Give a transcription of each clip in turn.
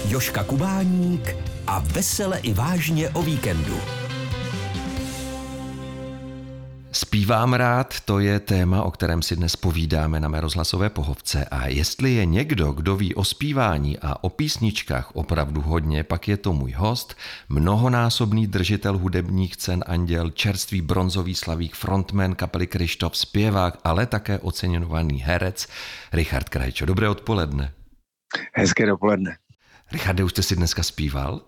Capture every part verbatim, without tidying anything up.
Jožka Kubáník a vesele i vážně o víkendu. Zpívám rád, to je téma, o kterém si dnes povídáme na mé rozhlasové pohovce, a jestli je někdo, kdo ví o zpívání a o písničkách opravdu hodně, pak je to můj host, mnohonásobný držitel hudebních cen Anděl, čerstvý bronzový slavík, frontman kapely Kryštof, zpěvák, ale také oceňovaný herec Richard Krajčo. Dobré odpoledne. Hezké dopoledne. Richarde, už jste si dneska zpíval?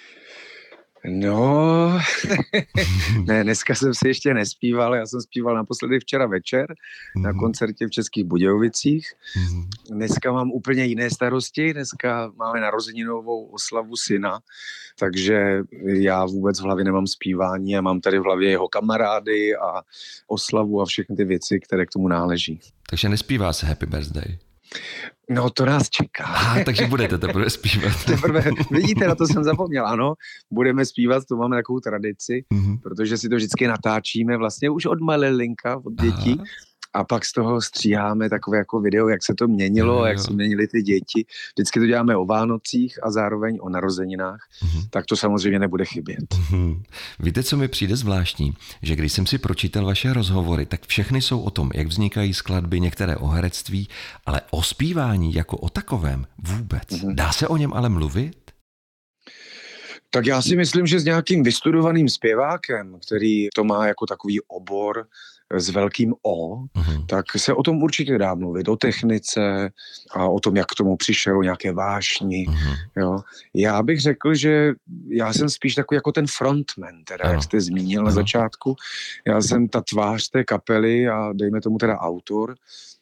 No, ne, dneska jsem si ještě nespíval, já jsem zpíval naposledy včera večer mm-hmm. na koncertě v Českých Budějovicích. Mm-hmm. Dneska mám úplně jiné starosti, dneska máme narozeninovou oslavu syna, takže já vůbec v hlavě nemám zpívání a mám tady v hlavě jeho kamarády a oslavu a všechny ty věci, které k tomu náleží. Takže nespívá se Happy Birthday? No, to nás čeká. Aha, takže budete teprve zpívat. Teprve, vidíte, na to jsem zapomněl, ano, budeme zpívat, to máme takovou tradici, mm-hmm. protože si to vždycky natáčíme vlastně už od malilinka, od dětí. Aha. A pak z toho stříháme takové jako video, jak se to měnilo, jo, jo. jak se měnily ty děti. Vždycky to děláme o Vánocích a zároveň o narozeninách, mm-hmm. tak to samozřejmě nebude chybět. Mm-hmm. Víte, co mi přijde zvláštní? Že když jsem si pročítal vaše rozhovory, tak všechny jsou o tom, jak vznikají skladby, některé o herectví, ale o zpívání jako o takovém vůbec. Mm-hmm. Dá se o něm ale mluvit? Tak já si myslím, že s nějakým vystudovaným zpěvákem, který to má jako takový obor s velkým O, uh-huh. tak se o tom určitě dá mluvit, o technice a o tom, jak k tomu přišel, o nějaké vášni. Uh-huh. Jo. Já bych řekl, že já jsem spíš takový jako ten frontman, teda, uh-huh. jak jste zmínil uh-huh. na začátku. Já jsem ta tvář té kapely a dejme tomu teda autor,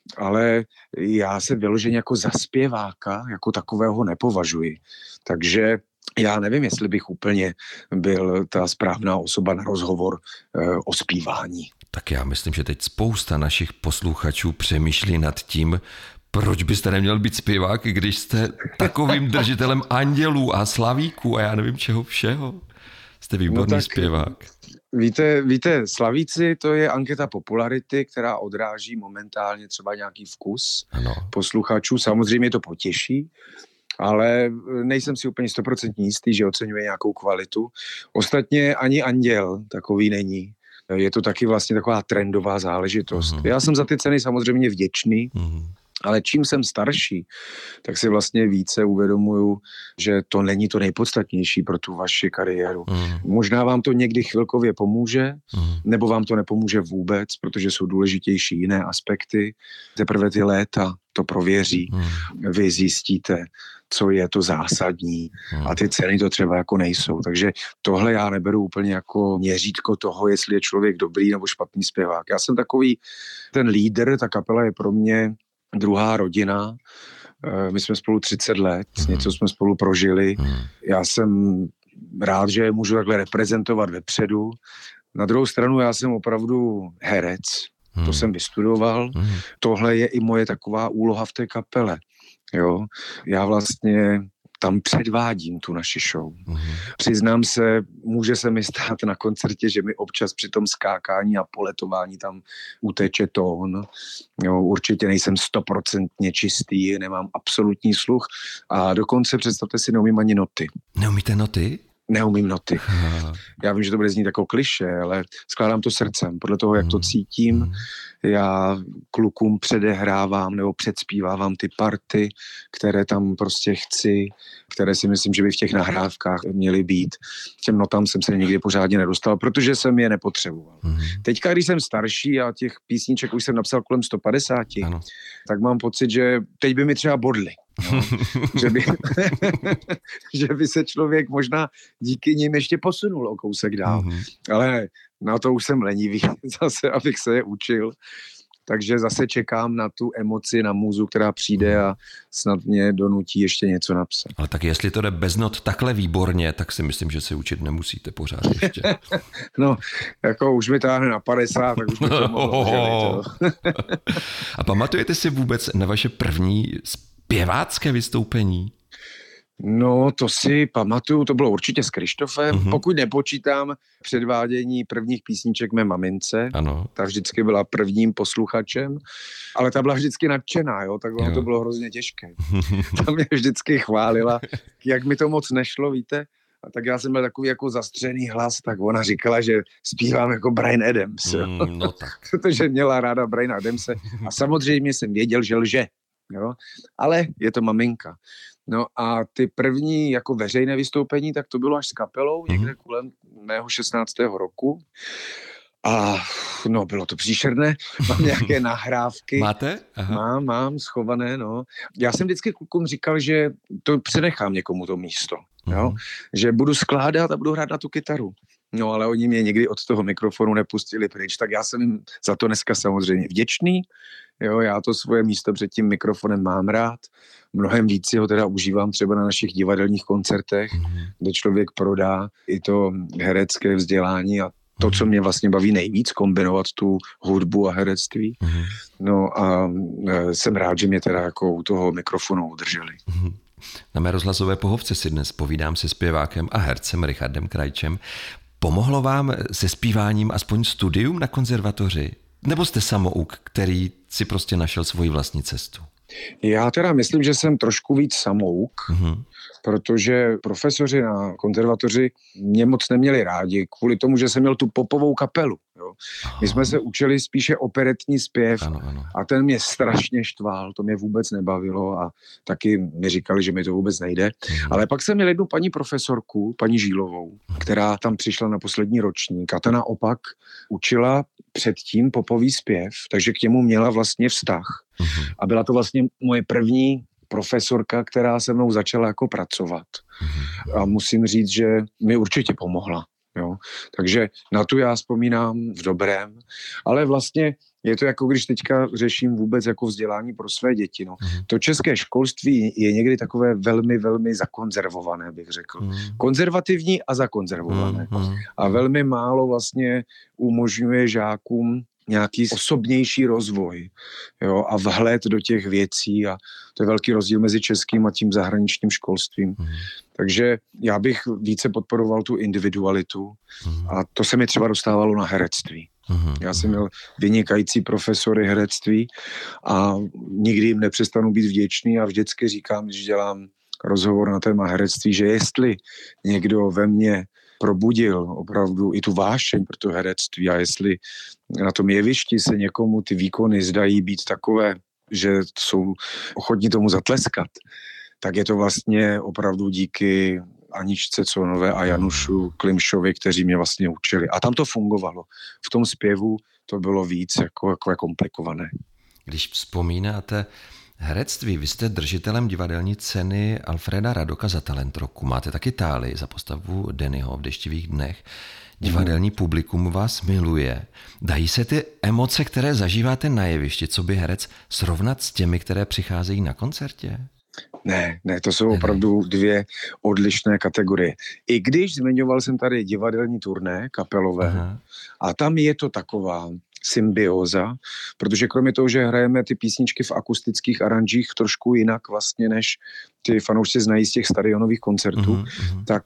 ale já se vyloženě jako za zpěváka, jako takového nepovažuji. Takže já nevím, jestli bych úplně byl ta správná osoba na rozhovor e, o zpívání. Tak já myslím, že teď spousta našich posluchačů přemýšlí nad tím, proč byste neměl být zpěvák, když jste takovým držitelem andělů a slavíků a já nevím čeho všeho. Jste výborný no tak, zpěvák. Víte, víte, slavíci, to je anketa popularity, která odráží momentálně třeba nějaký vkus ano. posluchačů. Samozřejmě to potěší, ale nejsem si úplně stoprocentně jistý, že oceňuje nějakou kvalitu. Ostatně ani anděl takový není. Je to taky vlastně taková trendová záležitost. Uh-huh. Já jsem za ty ceny samozřejmě vděčný, uh-huh. ale čím jsem starší, tak si vlastně více uvědomuju, že to není to nejpodstatnější pro tu vaši kariéru. Uh-huh. Možná vám to někdy chvilkově pomůže, uh-huh. nebo vám to nepomůže vůbec, protože jsou důležitější jiné aspekty. Teprve ty léta to prověří. Uh-huh. Vy zjistíte, co je to zásadní a ty ceny to třeba jako nejsou. Takže tohle já neberu úplně jako měřítko toho, jestli je člověk dobrý nebo špatný zpěvák. Já jsem takový ten lídr, ta kapela je pro mě druhá rodina. My jsme spolu třicet let, mm. něco jsme spolu prožili. Mm. Já jsem rád, že je můžu takhle reprezentovat vepředu. Na druhou stranu já jsem opravdu herec, mm. to jsem vystudoval. Mm. Tohle je i moje taková úloha v té kapele. Jo, já vlastně tam předvádím tu naši show. Mm-hmm. Přiznám se, může se mi stát na koncertě, že mi občas při tom skákání a poletování tam uteče tón. Jo, určitě nejsem stoprocentně čistý, nemám absolutní sluch a dokonce, představte si, neumím ani noty. Neumíte noty? Neumím noty. Já vím, že to bude znít jako klišé, ale skládám to srdcem, podle toho, jak to cítím. Já klukům předehrávám nebo předspívávám ty party, které tam prostě chci, které si myslím, že by v těch nahrávkách měly být. Těm notám jsem se nikdy pořádně nedostal, protože jsem je nepotřeboval. Mm. Teďka, když jsem starší a těch písniček už jsem napsal kolem sto padesát, ano. tak mám pocit, že teď by mi třeba bodly. No, že, by, že by se člověk možná díky nim ještě posunul o kousek dál. Mm-hmm. Ale na to už jsem lenivý zase, abych se je učil. Takže zase čekám na tu emoci, na můzu, která přijde a snad mě donutí ještě něco napsat. Ale tak jestli to jde bez not takhle výborně, tak si myslím, že se učit nemusíte pořád ještě. No, jako už mi táhne na padesát, tak už mi to mohlo. A pamatujete si vůbec na vaše první zpěvácké vystoupení? No, to si pamatuju, to bylo určitě s Krištofem, uh-huh. pokud nepočítám předvádění prvních písniček mé mamince, ano. Ta vždycky byla prvním posluchačem, ale ta byla vždycky nadšená, jo, tak ono jo. to bylo hrozně těžké. Ta mě vždycky chválila, jak mi to moc nešlo, víte, a tak já jsem měl takový jako zastřený hlas, tak ona říkala, že zpívám jako Bryan Adams, jo. Mm, no tak. Protože měla ráda Bryana Adamse a samozřejmě jsem věděl, že lže, jo, ale je to maminka. No a ty první jako veřejné vystoupení, tak to bylo až s kapelou, mm. někde kolem mého šestnáctého roku. A no, bylo to příšerné. Mám nějaké nahrávky. Máte? Aha. Mám, mám, schované, no. Já jsem vždycky klukům říkal, že to přenechám někomu to místo, mm. jo. Že budu skládat a budu hrát na tu kytaru. No, ale oni mě někdy od toho mikrofonu nepustili pryč, tak já jsem jim za to dneska samozřejmě vděčný. Jo, já to svoje místo před tím mikrofonem mám rád. Mnohem víc si ho teda užívám třeba na našich divadelních koncertech, mm-hmm. kde člověk prodá i to herecké vzdělání a to, co mě vlastně baví nejvíc, kombinovat tu hudbu a herectví. Mm-hmm. No a e, jsem rád, že mě teda jako u toho mikrofonu udrželi. Mm-hmm. Na mé rozhlasové pohovce si dnes povídám se zpěvákem a hercem Richardem Krajčem. Pomohlo vám se zpíváním aspoň studium na konzervatoři? Nebo jste samouk, který si prostě našel svoji vlastní cestu? Já teda myslím, že jsem trošku víc samouk, mm-hmm. protože profesoři na konzervatoři mě moc neměli rádi, kvůli tomu, že jsem měl tu popovou kapelu. Jo. My jsme se učili spíše operetní zpěv ano, ano. a ten mě strašně štval, to mě vůbec nebavilo a taky mi říkali, že mi to vůbec nejde. Mm-hmm. Ale pak jsem měl jednu paní profesorku, paní Žílovou, která tam přišla na poslední ročník a ta naopak učila předtím popový zpěv, takže k němu měla vlastně vztah. Mm-hmm. A byla to vlastně moje první profesorka, která se mnou začala jako pracovat. Mm-hmm. A musím říct, že mi určitě pomohla. Jo. Takže na tu já vzpomínám v dobrém, ale vlastně je to jako když teďka řeším vůbec jako vzdělání pro své děti. No. Mm. To české školství je někdy takové velmi, velmi zakonzervované, bych řekl. Mm. Konzervativní a zakonzervované. Mm. A velmi málo vlastně umožňuje žákům nějaký osobnější rozvoj, jo, a vhled do těch věcí a to je velký rozdíl mezi českým a tím zahraničním školstvím. Mm. Takže já bych více podporoval tu individualitu mm. a to se mi třeba dostávalo na herectví. Mm. Já jsem měl vynikající profesory herectví a nikdy jim nepřestanu být vděčný a vždycky říkám, když dělám rozhovor na téma herectví, že jestli někdo ve mně probudil opravdu i tu vášeň pro to herectví a jestli na tom jevišti se někomu ty výkony zdají být takové, že jsou ochotní tomu zatleskat, tak je to vlastně opravdu díky Aničce Conové a Janušu Klimšovi, kteří mě vlastně učili. A tam to fungovalo. V tom zpěvu to bylo víc jako, jako komplikované. Když vzpomínáte herectví, vy jste držitelem divadelní ceny Alfreda Radoka za talent roku. Máte taky táli za postavu Dannyho v Deštivých dnech. Divadelní publikum vás miluje. Dají se ty emoce, které zažíváte na jevišti, co by herec, srovnat s těmi, které přicházejí na koncertě? Ne, ne, to jsou opravdu dvě odlišné kategorie. I když zmiňoval jsem tady divadelní turné kapelové, aha, a tam je to taková symbioza, protože kromě toho, že hrajeme ty písničky v akustických aranžích trošku jinak vlastně, než ty fanoušci znají z těch stadionových koncertů, mm-hmm. tak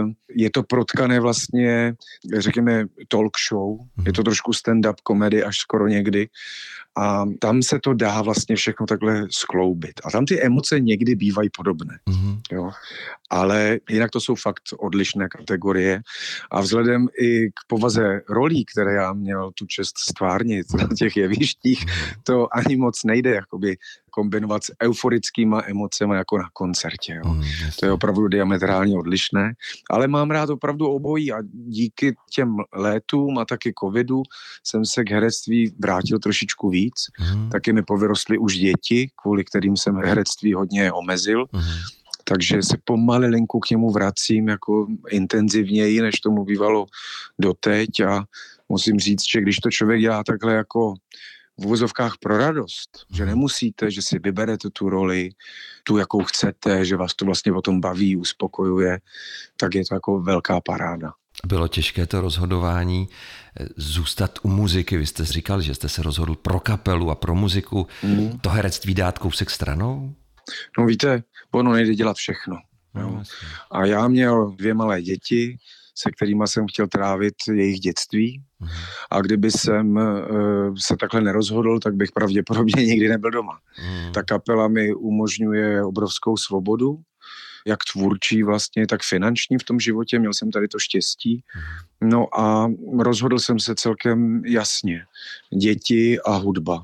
je to protkané vlastně, řekněme, talk show, mm-hmm. je to trošku stand-up komedy až skoro někdy a tam se to dá vlastně všechno takhle skloubit. A tam ty emoce někdy bývají podobné. Mm-hmm. Jo? Ale jinak to jsou fakt odlišné kategorie a vzhledem i k povaze rolí, které já měl tu čest stvárnit na těch jevištích, to ani moc nejde jakoby kombinovat s euforickýma emocemi jako na koncertě. Jo. Mm, to je opravdu diametrálně odlišné, ale mám rád opravdu obojí a díky těm létům a taky covidu jsem se k herectví vrátil trošičku víc. Mm. Taky mi povyrostly už děti, kvůli kterým jsem herectví hodně omezil. Mm. Takže se pomalinku k němu vracím jako intenzivněji, než tomu bývalo doteď a musím říct, že když to člověk dělá takhle jako v uvozovkách pro radost, že nemusíte, že si vyberete tu roli, tu, jakou chcete, že vás to vlastně o tom baví, uspokojuje, tak je to jako velká paráda. Bylo těžké to rozhodování zůstat u muziky. Vy jste říkal, že jste se rozhodl pro kapelu a pro muziku. Mm. To herectví dát kousek stranou? No víte, ono nejde dělat všechno. No. A já měl dvě malé děti, se kterými jsem chtěl trávit jejich dětství. Mm. A kdyby jsem uh, se takhle nerozhodl, tak bych pravděpodobně nikdy nebyl doma. Mm. Ta kapela mi umožňuje obrovskou svobodu, jak tvůrčí vlastně, tak finanční v tom životě. Měl jsem tady to štěstí. No a rozhodl jsem se celkem jasně. Děti a hudba.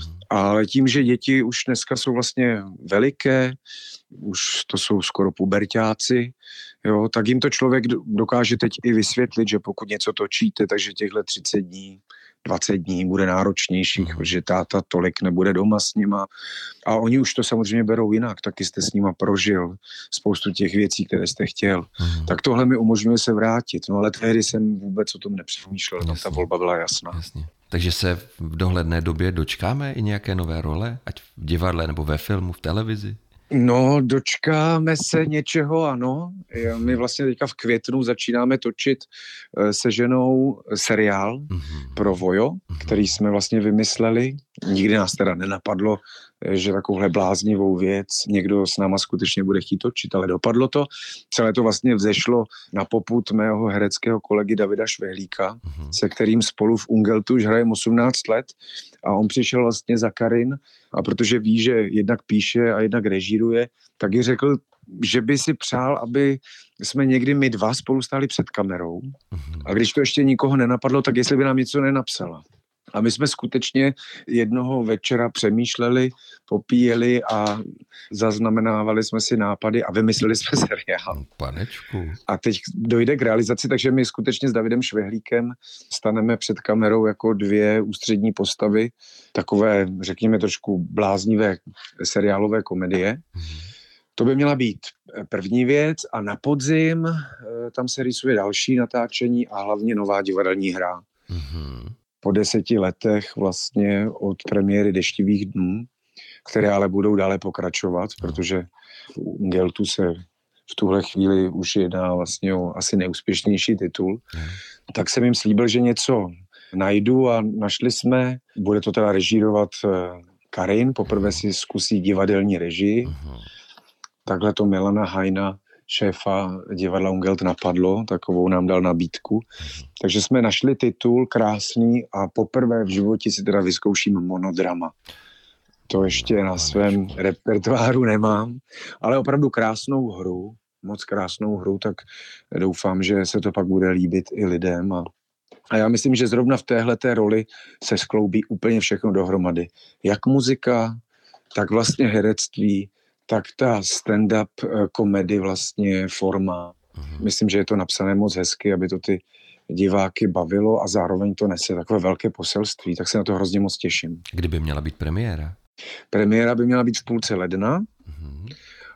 Ale tím, že děti už dneska jsou vlastně veliké, už to jsou skoro puberťáci, jo, tak jim to člověk dokáže teď i vysvětlit, že pokud něco točíte, takže těchto třicet dní, dvacet dní bude náročnějších, mm. protože táta tolik nebude doma s nima. A oni už to samozřejmě berou jinak, taky jste s nima prožil spoustu těch věcí, které jste chtěl. Mm. Tak tohle mi umožňuje se vrátit. No ale tehdy jsem vůbec o tom nepřemýšlel, tam ta volba byla jasná. Jasně. Takže se v dohledné době dočkáme i nějaké nové role, ať v divadle nebo ve filmu, v televizi? No, dočkáme se něčeho, ano. My vlastně teďka v květnu začínáme točit se ženou seriál mm-hmm. pro Vojo, mm-hmm. který jsme vlastně vymysleli. Nikdy nás teda nenapadlo, že takovouhle bláznivou věc někdo s náma skutečně bude chtít točit, ale dopadlo to. Celé to vlastně vzešlo na popud mého hereckého kolegy Davida Švehlíka, mm-hmm. se kterým spolu v Ungeltu už hrajeme osmnáct let a on přišel vlastně za Karin a protože ví, že jednak píše a jednak režíruje, tak ji řekl, že by si přál, aby jsme někdy my dva spolu stáli před kamerou mm-hmm. a když to ještě nikoho nenapadlo, tak jestli by nám něco nenapsala. A my jsme skutečně jednoho večera přemýšleli, popíjeli a zaznamenávali jsme si nápady a vymysleli jsme seriál. Panečku. A teď dojde k realizaci, takže my skutečně s Davidem Švehlíkem staneme před kamerou jako dvě ústřední postavy, takové, řekněme, trošku bláznivé seriálové komedie. Mm-hmm. To by měla být první věc a na podzim tam se rýsuje další natáčení a hlavně nová divadelní hra. Mm-hmm. Po deseti letech vlastně od premiéry Deštivých dnů, které ale budou dále pokračovat, protože v Ungeltu se v tuhle chvíli už jedná vlastně o asi neúspěšnější titul, tak jsem jim slíbil, že něco najdu a našli jsme, bude to teda režírovat Karin, poprvé si zkusí divadelní režii, takhle to Milana Hajna, šéfa divadla Ungelt napadlo, takovou nám dal nabídku. Takže jsme našli titul krásný a poprvé v životě si teda vyzkouším monodrama. To ještě na svém repertoáru nemám, ale opravdu krásnou hru, moc krásnou hru, tak doufám, že se to pak bude líbit i lidem. A, a já myslím, že zrovna v téhleté roli se skloubí úplně všechno dohromady. Jak muzika, tak vlastně herectví, tak ta stand-up komedy vlastně forma. Mm-hmm. Myslím, že je to napsané moc hezky, aby to ty diváky bavilo a zároveň to nese takové velké poselství, tak se na to hrozně moc těším. Kdyby měla být premiéra? Premiéra by měla být v půlce ledna mm-hmm.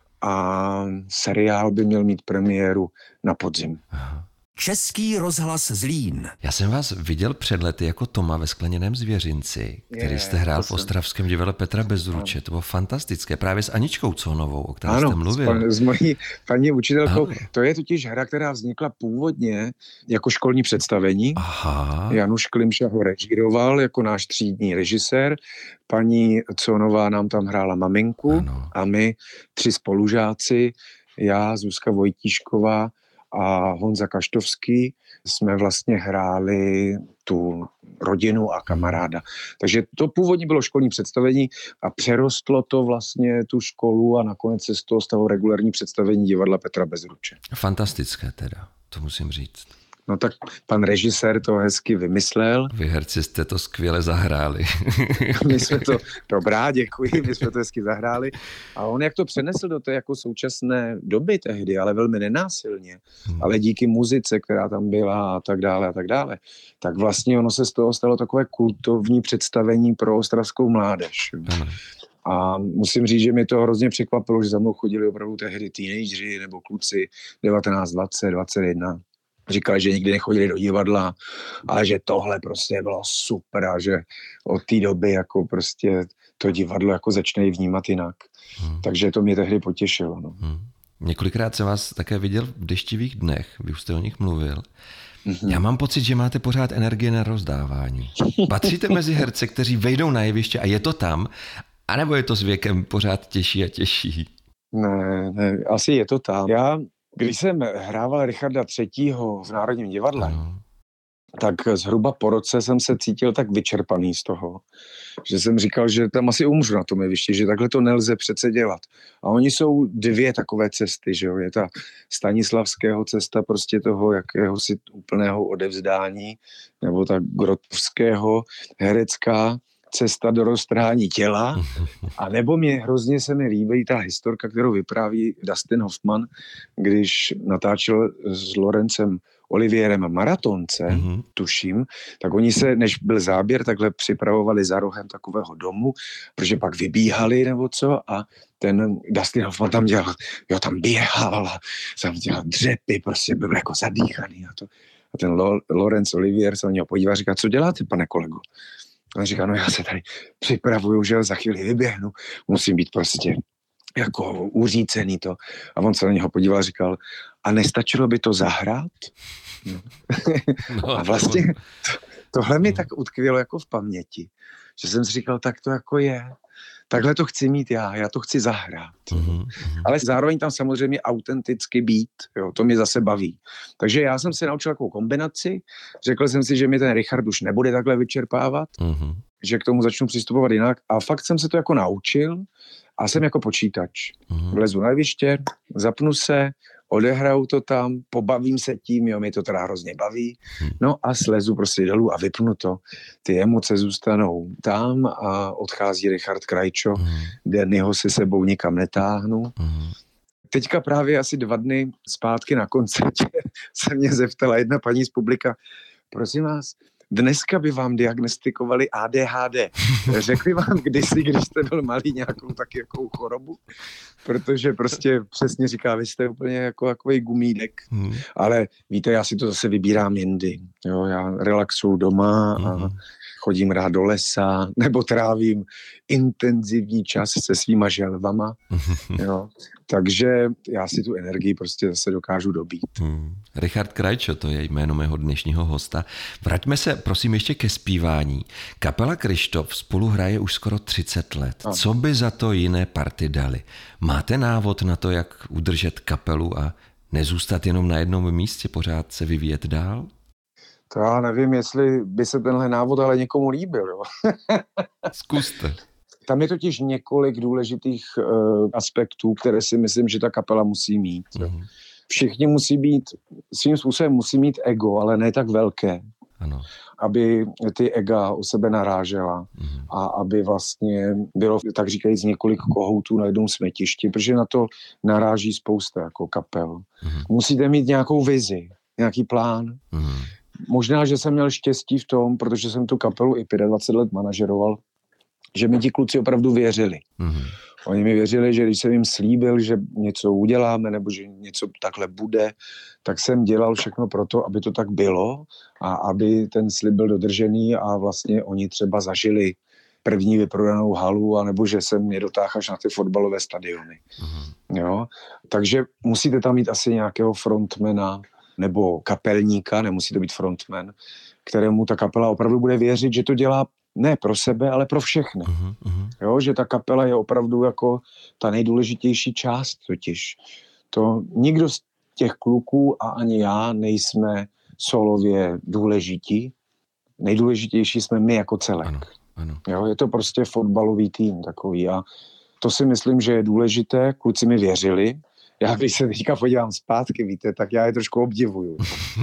a seriál by měl mít premiéru na podzim. Aha. Český rozhlas Zlín. Já jsem vás viděl před lety jako Toma ve Skleněném zvěřinci, který je, jste hrál v ostravském divadle Petra Bezruče. To bylo fantastické, právě s Aničkou Conovou, o které ano, jste mluvil. Ano, s mojí paní učitelkou. Ano. To je totiž hra, která vznikla původně jako školní představení. Aha. Januš Klimša ho režíroval jako náš třídní režisér. Paní Conová nám tam hrála maminku ano. a my tři spolužáci, já, Zuzka Vojtíšková a Honza Kaštovský jsme vlastně hráli tu rodinu a kamaráda. Takže to původně bylo školní představení a přerostlo to vlastně tu školu a nakonec se z toho stalo regulární představení divadla Petra Bezruče. Fantastické teda, to musím říct. No tak pan režisér to hezky vymyslel. Vy herci jste to skvěle zahráli. My jsme to, dobrá, děkuji, my jsme to hezky zahráli. A on jak to přenesl do té jako současné doby tehdy, ale velmi nenásilně, hmm. ale díky muzice, která tam byla a tak dále a tak dále, tak vlastně ono se z toho stalo takové kultovní představení pro ostravskou mládež. Ano. A musím říct, že mě to hrozně překvapilo, že za mnou chodili opravdu tehdy teenageři nebo kluci devatenáct, dvacet, dvacet jedna. Říkali, že nikdy nechodili do divadla, ale že tohle prostě bylo super a že od té doby jako prostě to divadlo jako začne vnímat jinak. Hmm. Takže to mě tehdy potěšilo. No. Hmm. Několikrát jsem vás také viděl v Deštivých dnech, vy už jste o nich mluvil. Mm-hmm. Já mám pocit, že máte pořád energii na rozdávání. Patříte mezi herce, kteří vejdou na jeviště a je to tam, anebo je to s věkem pořád těžší a těžší? Ne, ne, asi je to tam. Já, když jsem hrával Richarda třetího v Národním divadle, ano. tak zhruba po roce jsem se cítil tak vyčerpaný z toho, že jsem říkal, že tam asi umřu na tom jevišti, že takhle to nelze přece dělat. A oni jsou dvě takové cesty, že jo, je ta Stanislavského cesta prostě toho jakéhosi úplného odevzdání, nebo ta Grotowského herecká cesta do roztrhání těla, a nebo mě hrozně se mi líbí ta historka, kterou vypráví Dustin Hoffman, když natáčel s Lorencem Olivierem Maratonce, mm-hmm. tuším, tak oni se, než byl záběr, takhle připravovali za rohem takového domu, protože pak vybíhali nebo co, a ten Dustin Hoffman tam dělal, jo, tam běhal, tam dělal dřepy, prostě byl jako zadýchaný a to. A ten Laurence Olivier se na něho podívá a říká, co děláte, pane kolego? A on říká, no já se tady připravuju, že za chvíli vyběhnu, musím být prostě jako uřícený to. A on se na něho podíval a říkal, a nestačilo by to zahrát? No. No, a vlastně to, tohle mi tak utkvělo jako v paměti, že jsem si říkal, tak to jako je. Takhle to chci mít já, já to chci zahrát. Mm-hmm. Ale zároveň tam samozřejmě autenticky být, jo, to mě zase baví. Takže já jsem si naučil takovou kombinaci, řekl jsem si, že mi ten Richard už nebude takhle vyčerpávat, mm-hmm. že k tomu začnu přistupovat jinak, a fakt jsem se to jako naučil a jsem jako počítač. Mm-hmm. Vlezu na jeviště, zapnu se, odehraju to tam, pobavím se tím, jo, mě to teda hrozně baví, no a slezu prostě dolů a vypnu to. Ty emoce zůstanou tam a odchází Richard Krajčo, mm. Dannyho si sebou nikam netáhnu. Mm. Teďka právě asi dva dny zpátky na koncertě se mě zeptala jedna paní z publika, prosím vás, dneska by vám diagnostikovali A D H D. Řekli vám kdysi, když jste byl malý, nějakou taky jakou chorobu? Protože prostě přesně říká, vy jste úplně jako takovej gumídek. Hmm. Ale víte, já si to zase vybírám jindy. Jo, já relaxuju doma a hmm. chodím rád do lesa, nebo trávím intenzivní čas se svýma želvama. Jo. Takže já si tu energii prostě zase dokážu dobít. Hmm. Richard Krajčo, to je jméno mého dnešního hosta. Vraťme se prosím ještě ke zpívání. Kapela Kryštof spolu hraje už skoro třicet let. A. Co by za to jiné party dali? Máte návod na to, jak udržet kapelu a nezůstat jenom na jednom místě, pořád se vyvíjet dál? To já nevím, jestli by se tenhle návod ale někomu líbil. Jo? Zkuste. Tam je totiž několik důležitých uh, aspektů, které si myslím, že ta kapela musí mít. Mm. Všichni musí být, svým způsobem musí mít ego, ale ne tak velké, ano. aby ty ega o sebe narážela mm. a aby vlastně bylo, tak říkajíc, několik kohoutů na jednom smetišti, protože na to naráží spousta jako kapel. Mm. Musíte mít nějakou vizi, nějaký plán. Mm. Možná, že jsem měl štěstí v tom, protože jsem tu kapelu i dvacet pět let manažeroval, že mi ti kluci opravdu věřili. Mm-hmm. Oni mi věřili, že když jsem jim slíbil, že něco uděláme nebo že něco takhle bude, tak jsem dělal všechno pro to, aby to tak bylo a aby ten slib byl dodržený a vlastně oni třeba zažili první vyprodanou halu, anebo že jsem je dotáhl až na ty fotbalové stadiony. Mm-hmm. Jo? Takže musíte tam mít asi nějakého frontmana nebo kapelníka, nemusí to být frontman, kterému ta kapela opravdu bude věřit, že to dělá ne pro sebe, ale pro všechny. Uh-huh, uh-huh. Jo, že ta kapela je opravdu jako ta nejdůležitější část totiž. To nikdo z těch kluků a ani já nejsme solově důležití. Nejdůležitější jsme my jako celek. Ano, ano. Jo, je to prostě fotbalový tým takový a to si myslím, že je důležité. Kluci mi věřili. Já když se teďka podívám zpátky, víte, tak já je trošku obdivuju.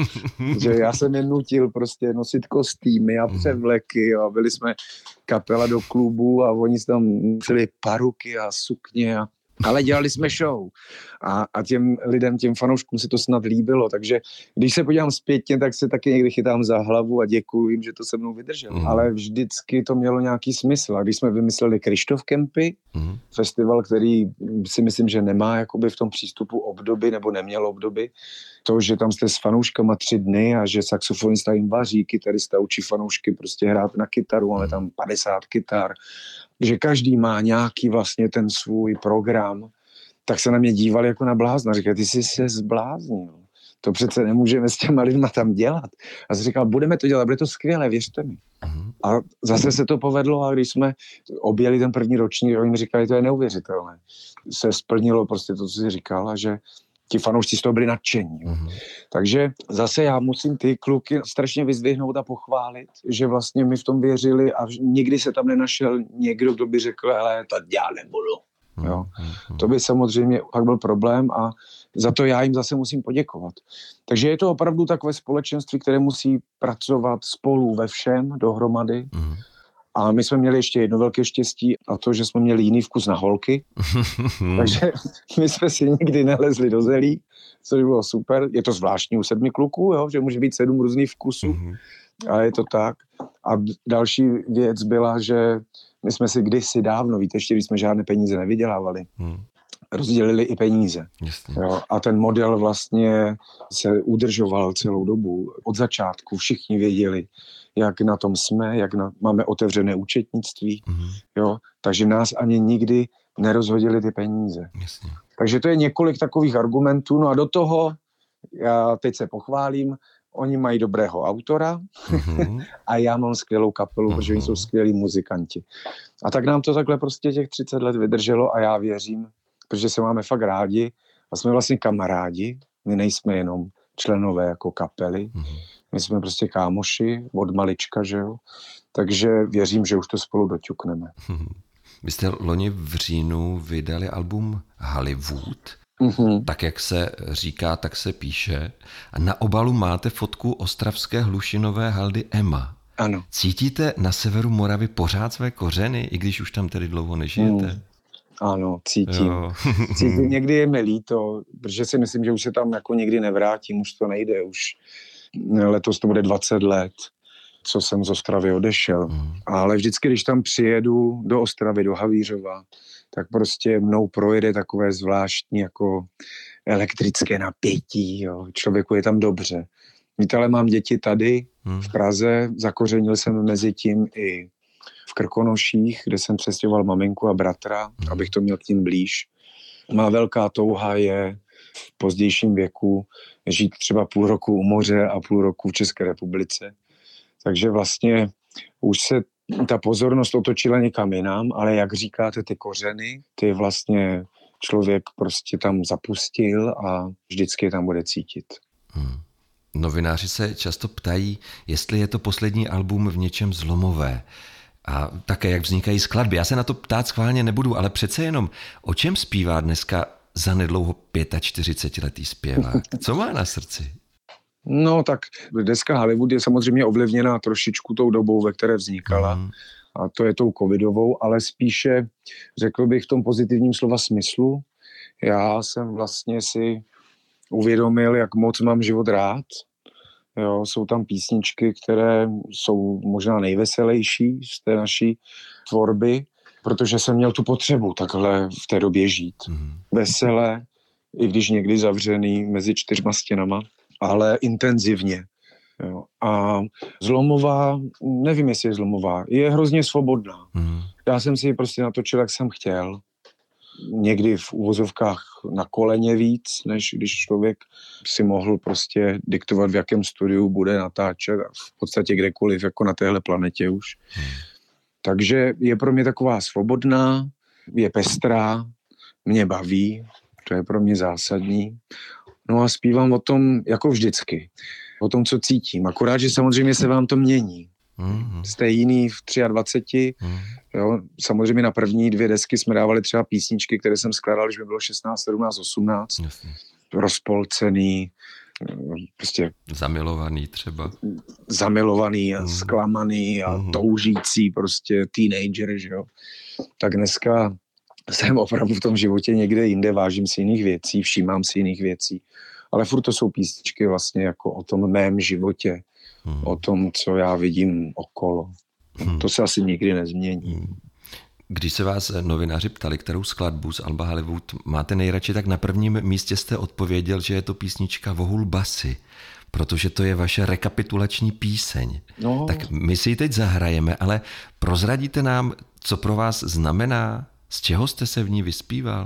Že já jsem je nutil prostě nosit kostýmy a převleky a byli jsme kapela do klubu a oni tam nosili paruky a sukně a ale dělali jsme show a, a těm lidem, těm fanouškům se to snad líbilo, takže když se podívám zpětně, tak se taky někdy chytám za hlavu a děkuji jim, že to se mnou vydrželo. Mm. Ale vždycky to mělo nějaký smysl a když jsme vymysleli Kryštof Campy, mm. festival, který si myslím, že nemá jakoby v tom přístupu obdoby nebo neměl obdoby, to, že tam jste s fanouškama tři dny a že saxofonista jim vaří, kytarista učí fanoušky prostě hrát na kytaru, máme tam padesát kytar, že každý má nějaký vlastně ten svůj program, tak se na mě dívali jako na blázna. Říkají, ty jsi se zbláznil. to přece nemůžeme s těma lidma tam dělat. A jsem říkal, budeme to dělat, bude to skvělé, věřte mi. Uh-huh. A zase se to povedlo a když jsme objeli ten první ročník, oni mi říkali, to je neuvěřitelné. Se splnilo prostě to, co jsi říkal a že ti fanoušci z toho byli nadšení. Uh-huh. Takže zase já musím ty kluky strašně vyzdvihnout a pochválit, že vlastně mi v tom věřili a nikdy se tam nenašel někdo, kdo by řekl, hele, to já nebudu. Jo. To by samozřejmě pak byl problém a za to já jim zase musím poděkovat. Takže je to opravdu takové společenství, které musí pracovat spolu ve všem dohromady. Mm. A my jsme měli ještě jedno velké štěstí a to, že jsme měli jiný vkus na holky. Takže my jsme si nikdy nelezli do zelí, což bylo super. Je to zvláštní u sedmi kluků, jo, že může být sedm různých vkusů. Mm. A je to tak. A další věc byla, že my jsme si kdysi dávno, víte, ještě když jsme žádné peníze nevydělávali, hmm. rozdělili i peníze. Jo, a ten model vlastně se udržoval celou dobu. Od začátku všichni věděli, jak na tom jsme, jak na, máme otevřené účetnictví. Hmm. Jo, takže nás ani nikdy nerozhodili ty peníze. Jasně. Takže to je několik takových argumentů. No a do toho, já teď se pochválím, oni mají dobrého autora mm-hmm. a já mám skvělou kapelu, mm-hmm. protože oni jsou skvělí muzikanti. A tak nám to takhle prostě těch třicet let vydrželo a já věřím, protože se máme fakt rádi a jsme vlastně kamarádi, my nejsme jenom členové jako kapely, mm-hmm. my jsme prostě kámoši od malička, že jo, takže věřím, že už to spolu doťukneme. Mm-hmm. Vy jste loni v říjnu vydali album Hollywood. Mm-hmm. Tak, jak se říká, tak se píše. A na obalu máte fotku ostravské hlušinové haldy Ema. Ano. Cítíte na severu Moravy pořád své kořeny, i když už tam tedy dlouho nežijete? Mm. Ano, cítím. cítím. Někdy je mi líto, protože si myslím, že už se tam jako někdy nevrátím, už to nejde. Už letos to bude dvacet let, co jsem z Ostravy odešel. Mm. Ale vždycky, když tam přijedu do Ostravy, do Havířova, tak prostě mnou projede takové zvláštní jako elektrické napětí. Jo. Člověku je tam dobře. Víte, ale mám děti tady hmm. v Praze, zakořenil jsem mezi tím i v Krkonoších, kde jsem přestěhoval maminku a bratra, hmm. abych to měl k tím blíž. Má velká touha je v pozdějším věku žít třeba půl roku u moře a půl roku v České republice. Takže vlastně už se ta pozornost otočila někam jinam, ale jak říkáte, ty kořeny, ty vlastně člověk prostě tam zapustil a vždycky je tam bude cítit. Hmm. Novináři se často ptají, jestli je to poslední album v něčem zlomové. A také, jak vznikají skladby. Já se na to ptát schválně nebudu, ale přece jenom, o čem zpívá dneska zanedlouho čtyřicetiletý zpěvák? Co má na srdci? No tak deska Hollywood je samozřejmě ovlivněná trošičku tou dobou, ve které vznikala. Mm. A to je tou covidovou, ale spíše, řekl bych v tom pozitivním slova smyslu. Já jsem vlastně si uvědomil, jak moc mám život rád. Jo, jsou tam písničky, které jsou možná nejveselější z té naší tvorby, protože jsem měl tu potřebu takhle v té době žít. Mm. Veselé, i když někdy zavřený mezi čtyřma stěnama, ale intenzivně. Jo. A zlomová, nevím, jestli je zlomová, je hrozně svobodná. Mm. Já jsem si ji prostě natočil, jak jsem chtěl. Někdy v uvozovkách na koleně víc, než když člověk si mohl prostě diktovat, v jakém studiu bude natáčet, v podstatě kdekoliv, jako na téhle planetě už. Mm. Takže je pro mě taková svobodná, je pestrá, mě baví, to je pro mě zásadní. No a zpívám o tom jako vždycky. O tom, co cítím. Akorát, že samozřejmě se vám to mění. Mm-hmm. Jste jiný v dvaceti tři. Mm-hmm. Jo. Samozřejmě na první dvě desky jsme dávali třeba písničky, které jsem skládal, když mi bylo šestnáct, sedmnáct, osmnáct. Jasně. Rozpolcený. Prostě zamilovaný třeba. Zamilovaný a mm-hmm. zklamaný a mm-hmm. toužící prostě teenager, že jo. Tak dneska jsem opravdu v tom životě někde jinde, vážím si jiných věcí, všímám si jiných věcí, ale furt to jsou písničky vlastně jako o tom mém životě, hmm. o tom, co já vidím okolo. Hmm. To se asi nikdy nezmění. Hmm. Když se vás novináři ptali, kterou skladbu z alba Hollywood máte nejradši, tak na prvním místě jste odpověděl, že je to písnička Vohul basy, protože to je vaše rekapitulační píseň. No. Tak my si ji teď zahrajeme, ale prozradíte nám, co pro vás znamená? Z čeho jste se v ní vyspíval?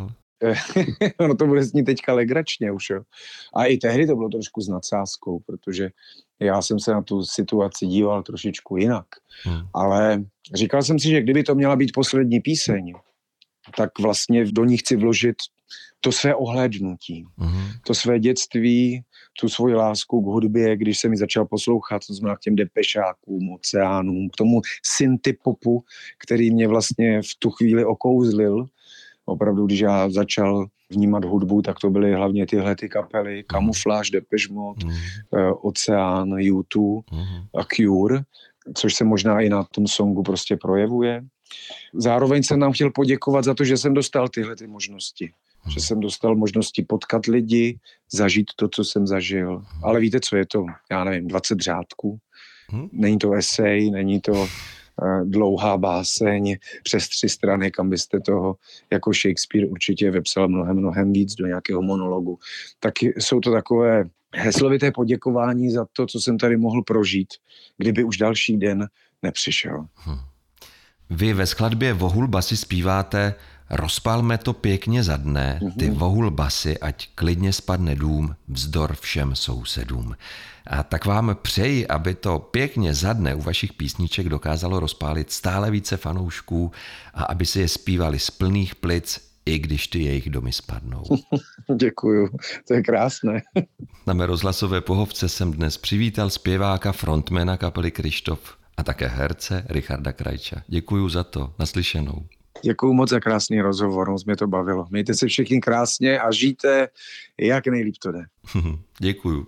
ono to bude znít teďka legračně už, jo. A i tehdy to bylo trošku s nadsázkou, protože já jsem se na tu situaci díval trošičku jinak. Hmm. Ale říkal jsem si, že kdyby to měla být poslední píseň, tak vlastně do ní chci vložit to své ohlédnutí, mm-hmm. to své dětství, tu svoji lásku k hudbě, když jsem ji začal poslouchat, to znamená k těm depešákům, oceánům, k tomu synty-popu, který mě vlastně v tu chvíli okouzlil. Opravdu, když já začal vnímat hudbu, tak to byly hlavně tyhle ty kapely, Camouflage, Depeche Mode, mm-hmm. Oceán, U dva mm-hmm. a Cure, což se možná i na tom songu prostě projevuje. Zároveň jsem nám chtěl poděkovat za to, že jsem dostal tyhle ty možnosti. Že jsem dostal možnosti potkat lidi, zažít to, co jsem zažil. Ale víte, co je to? Já nevím, dvacet řádků. Není to esej, není to uh, dlouhá báseň přes tři strany, kam byste toho jako Shakespeare určitě vepsal mnohem, mnohem víc do nějakého monologu. Tak jsou to takové heslovité poděkování za to, co jsem tady mohl prožít, kdyby už další den nepřišel. Hmm. Vy ve skladbě Vohul basy zpíváte: rozpálme to pěkně za dne, ty vohul basy, ať klidně spadne dům, vzdor všem sousedům. A tak vám přeji, aby to pěkně za dne u vašich písniček dokázalo rozpálit stále více fanoušků a aby si je zpívali z plných plic, i když ty jejich domy spadnou. Děkuju, to je krásné. Na mé rozhlasové pohovce jsem dnes přivítal zpěváka, frontmana kapely Kryštof a také herce Richarda Krajča. Děkuju za to, naslyšenou. Děkuju moc za krásný rozhovor, moc mě to bavilo. Mějte se všichni krásně a žijte, jak nejlíp to jde. Děkuju.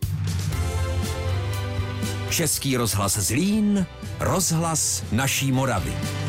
Český rozhlas Zlín, rozhlas naší Moravy.